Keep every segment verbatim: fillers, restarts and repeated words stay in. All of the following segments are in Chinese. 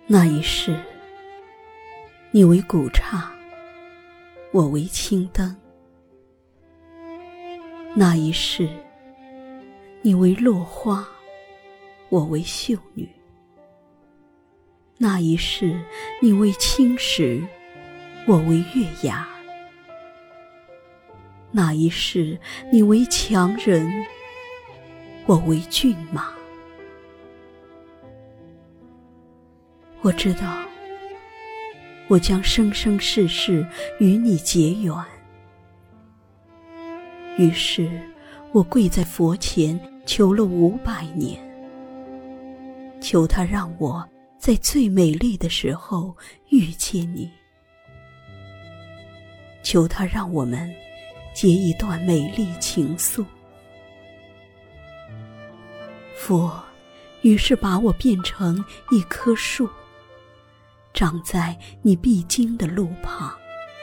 那一世，你为古刹，我为青灯；那一世，你为落花，我为秀女；那一世，你为青石，我为月牙；那一世，你为强人，我为骏马。我知道，我将生生世世与你结缘。于是，我跪在佛前求了五百年，求他让我在最美丽的时候遇见你，求他让我们结一段美丽情愫。佛于是把我变成一棵树，长在你必经的路旁。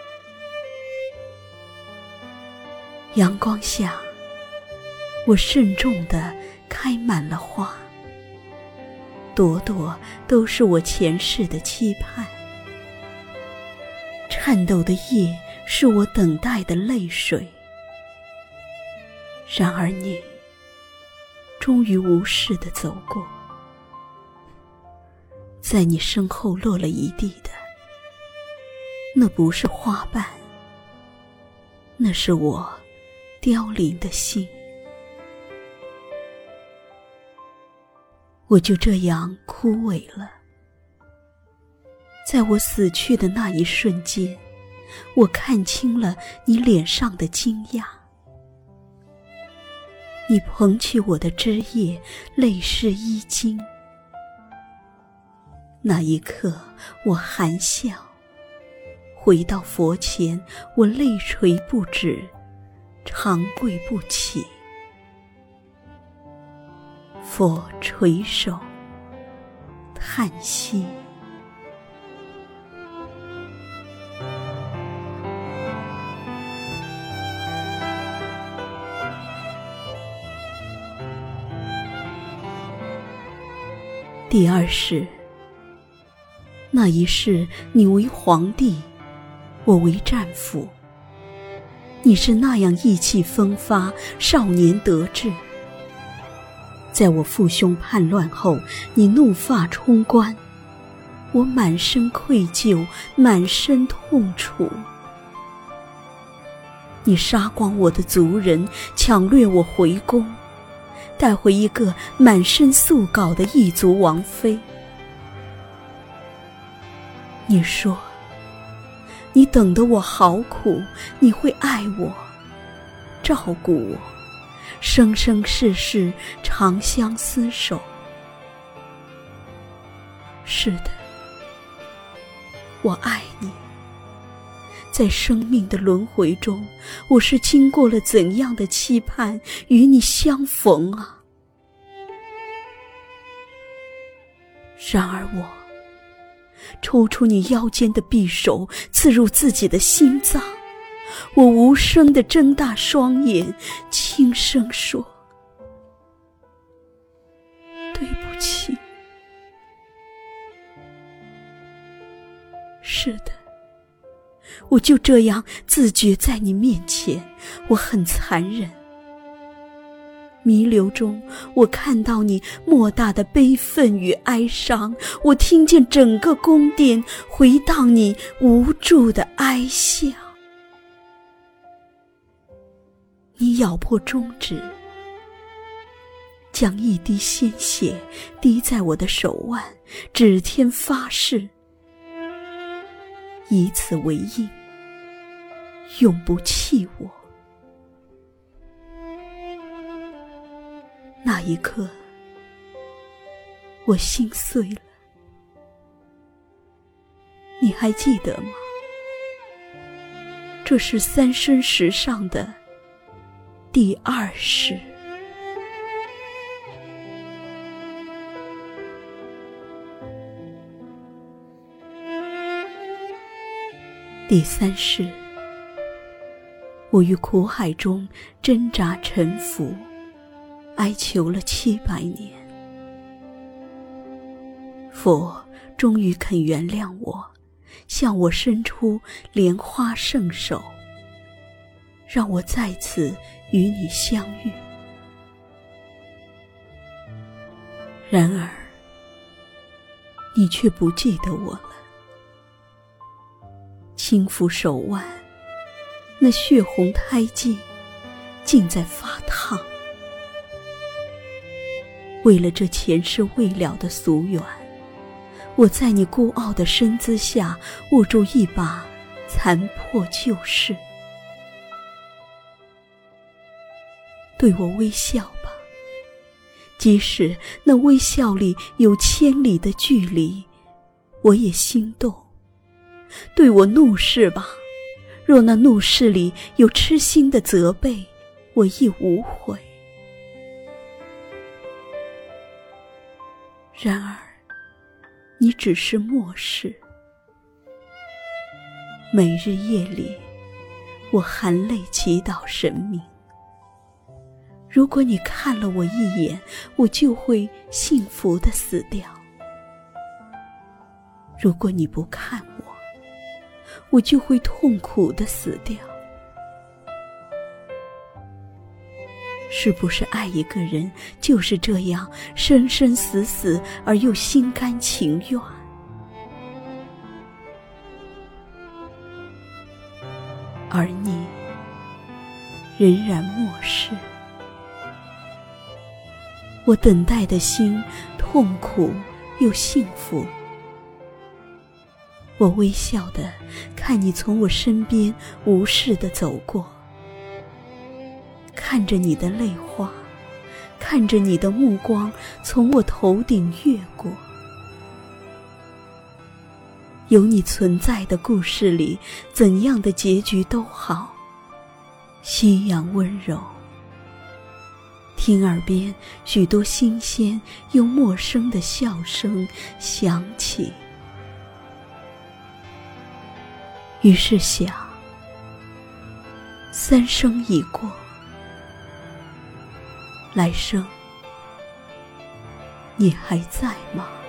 阳光下，我慎重地开满了花，朵朵都是我前世的期盼。颤抖的叶是我等待的泪水。然而你终于无视地走过，在你身后落了一地的，那不是花瓣，那是我凋零的心。我就这样枯萎了。在我死去的那一瞬间，我看清了你脸上的惊讶。你捧起我的枝叶，泪湿衣襟。那一刻，我含笑，回到佛前，我泪垂不止，长跪不起。佛垂首，叹息。第二世，那一世你为皇帝，我为战俘。你是那样意气风发，少年得志。在我父兄叛乱后，你怒发冲冠，我满身愧疚，满身痛楚。你杀光我的族人，抢掠我回宫，带回一个满身素稿的异族王妃。你说，你等得我好苦，你会爱我，照顾我，生生世世长相厮守。是的，我爱你。在生命的轮回中，我是经过了怎样的期盼与你相逢啊！然而我抽出你腰间的匕首，刺入自己的心脏。我无声地睁大双眼，轻声说：对不起。是的，我就这样自觉在你面前，我很残忍。弥留中，我看到你莫大的悲愤与哀伤，我听见整个宫殿回荡你无助的哀笑。你咬破中指，将一滴鲜血滴在我的手腕，指天发誓，以此为印，永不弃我。那一刻，我心碎了。你还记得吗？这是三生石上的第二世。第三世，我于苦海中挣扎沉浮，哀求了七百年。佛终于肯原谅我，向我伸出莲花圣手，让我再次与你相遇。然而，你却不记得我了。轻抚手腕，那血红胎记竟在发烫。为了这前世未了的夙愿，我在你孤傲的身姿下握住一把残破旧事。对我微笑吧，即使那微笑里有千里的距离，我也心动。对我怒视吧，若那怒视里有痴心的责备，我亦无悔。然而，你只是漠视。每日夜里，我含泪祈祷神明，如果你看了我一眼，我就会幸福地死掉；如果你不看我，我就会痛苦地死掉。是不是爱一个人就是这样生生死死而又心甘情愿？而你仍然漠视。我等待的心痛苦又幸福。我微笑地看你从我身边无视地走过，看着你的泪花，看着你的目光从我头顶越过。有你存在的故事里，怎样的结局都好。夕阳温柔，听耳边许多新鲜又陌生的笑声响起。于是想，三生已过，来生你还在吗？